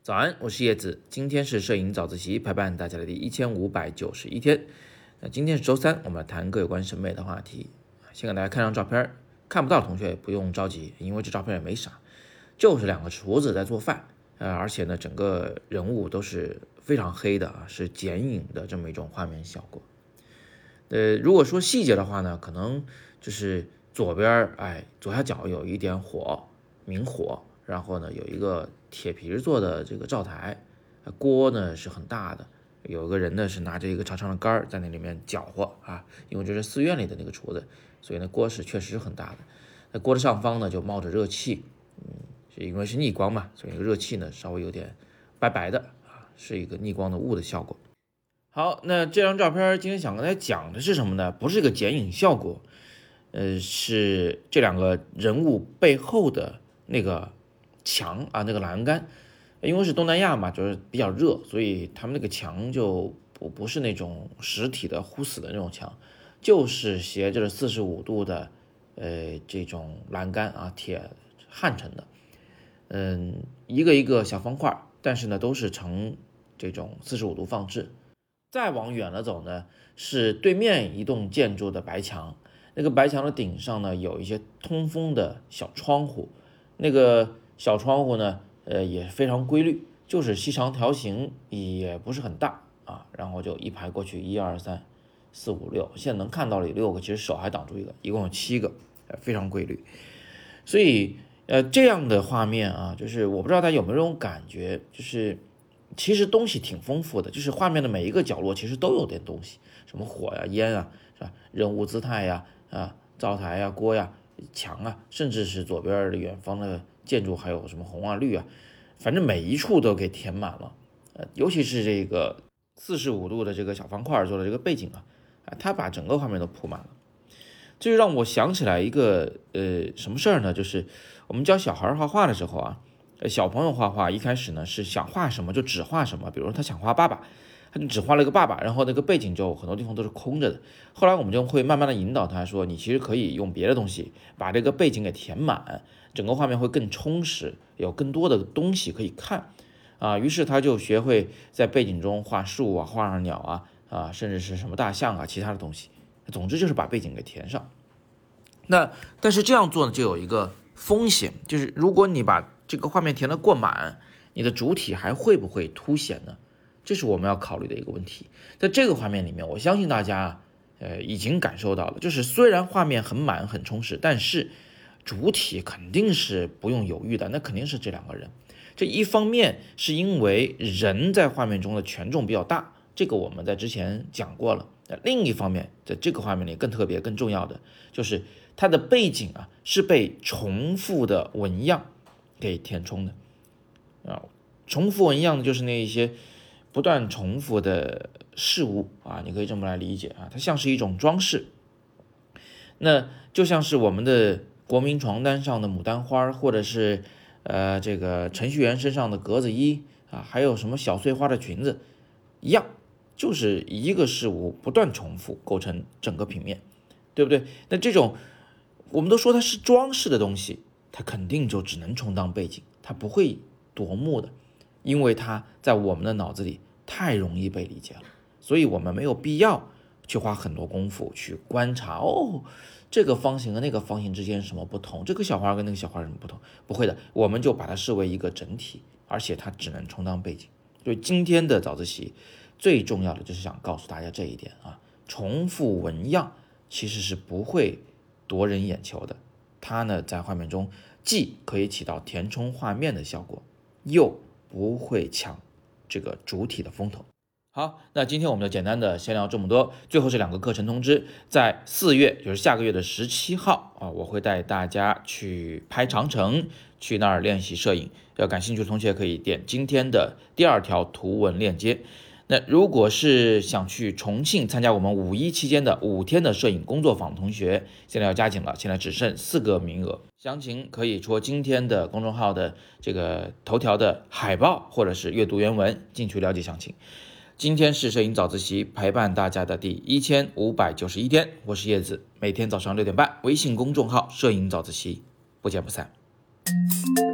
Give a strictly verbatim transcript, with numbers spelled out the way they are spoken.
早安，我是叶子，今天是摄影早自习陪伴大家的第一千五百九十一天。那今天是周三，我们来谈个有关审美的话题。先给大家看张照片，看不到的同学不用着急，因为这照片也没啥，就是两个厨子在做饭，呃，而且呢，整个人物都是非常黑的啊，是剪影的这么一种画面效果。呃，如果说细节的话呢，可能就是左边，哎，左下角有一点火，明火。然后呢，有一个铁皮做的这个灶台，锅呢是很大的，有个人呢是拿着一个长长的杆在那里面搅和啊，因为这是寺院里的那个厨子，所以呢锅是确实是很大的。那锅的上方呢就冒着热气，嗯，是因为是逆光嘛，所以热气呢稍微有点白白的啊，是一个逆光的雾的效果。好，那这张照片今天想跟大家讲的是什么呢？不是一个剪影效果，呃，是这两个人物背后的那个墙啊，那个栏杆，因为是东南亚嘛，就是比较热，所以他们那个墙就不不是那种实体的呼死的那种墙，就是斜着四十五度的，呃，这种栏杆啊，铁焊成的，嗯，一个一个小方块，但是呢都是呈这种四十五度放置。再往远了走呢，是对面一栋建筑的白墙，那个白墙的顶上呢有一些通风的小窗户，那个小窗户呢，呃，也非常规律，就是细长条形，也不是很大啊。然后就一排过去，一二三四五六，现在能看到了有六个，其实手还挡住一个，一共有七个，呃，非常规律。所以，呃，这样的画面啊，就是我不知道大家有没有这种感觉，就是其实东西挺丰富的，就是画面的每一个角落其实都有点东西，什么火呀、烟啊，是吧？人物姿态呀，啊，灶台呀、锅呀、墙啊，甚至是左边的远方的建筑还有什么红啊绿啊，反正每一处都给填满了，呃，尤其是这个四十五度的这个小方块做的这个背景啊，啊，它把整个画面都铺满了。这就让我想起来一个呃什么事儿呢？就是我们教小孩画画的时候啊，小朋友画画一开始呢是想画什么就只画什么，比如说他想画爸爸，他就只画了一个爸爸，然后那个背景就很多地方都是空着的。后来我们就会慢慢的引导他说，你其实可以用别的东西把这个背景给填满，整个画面会更充实，有更多的东西可以看啊。于是他就学会在背景中画树啊，画上鸟啊，啊，甚至是什么大象啊，其他的东西。总之就是把背景给填上。那但是这样做呢，就有一个风险，就是如果你把这个画面填得过满，你的主体还会不会凸显呢？这是我们要考虑的一个问题。在这个画面里面，我相信大家呃已经感受到了，就是虽然画面很满很充实，但是主体肯定是不用犹豫的，那肯定是这两个人。这一方面是因为人在画面中的权重比较大，这个我们在之前讲过了。另一方面，在这个画面里更特别、更重要的就是它的背景啊是被重复的纹样给填充的啊。重复纹样就是那一些不断重复的事物啊，你可以这么来理解啊，它像是一种装饰。那就像是我们的国民床单上的牡丹花，或者是呃这个程序员身上的格子衣啊，还有什么小碎花的裙子一样。就是一个事物不断重复构成整个平面，对不对？那这种我们都说它是装饰的东西，它肯定就只能充当背景，它不会夺目的，因为它在我们的脑子里太容易被理解了，所以我们没有必要去花很多功夫去观察哦，这个方形和那个方形之间什么不同，这个小花跟那个小花有什么不同，不会的，我们就把它视为一个整体，而且它只能充当背景。所以今天的早自习最重要的就是想告诉大家这一点啊，重复纹样其实是不会夺人眼球的，它呢在画面中既可以起到填充画面的效果，又不会抢这个主体的风头。好，那今天我们就简单的先聊这么多。最后这两个课程通知，在四月，就是下个月的十七号啊，我会带大家去拍长城，去那儿练习摄影。要感兴趣的同学可以点今天的第二条图文链接。那如果是想去重庆参加我们五一期间的五天的摄影工作坊的同学，现在要加紧了，现在只剩四个名额，详情可以戳今天的公众号的这个头条的海报，或者是阅读原文进去了解详情。今天是摄影早自习陪伴大家的第一千五百九十一天，我是叶子，每天早上六点半，微信公众号摄影早自习，不见不散。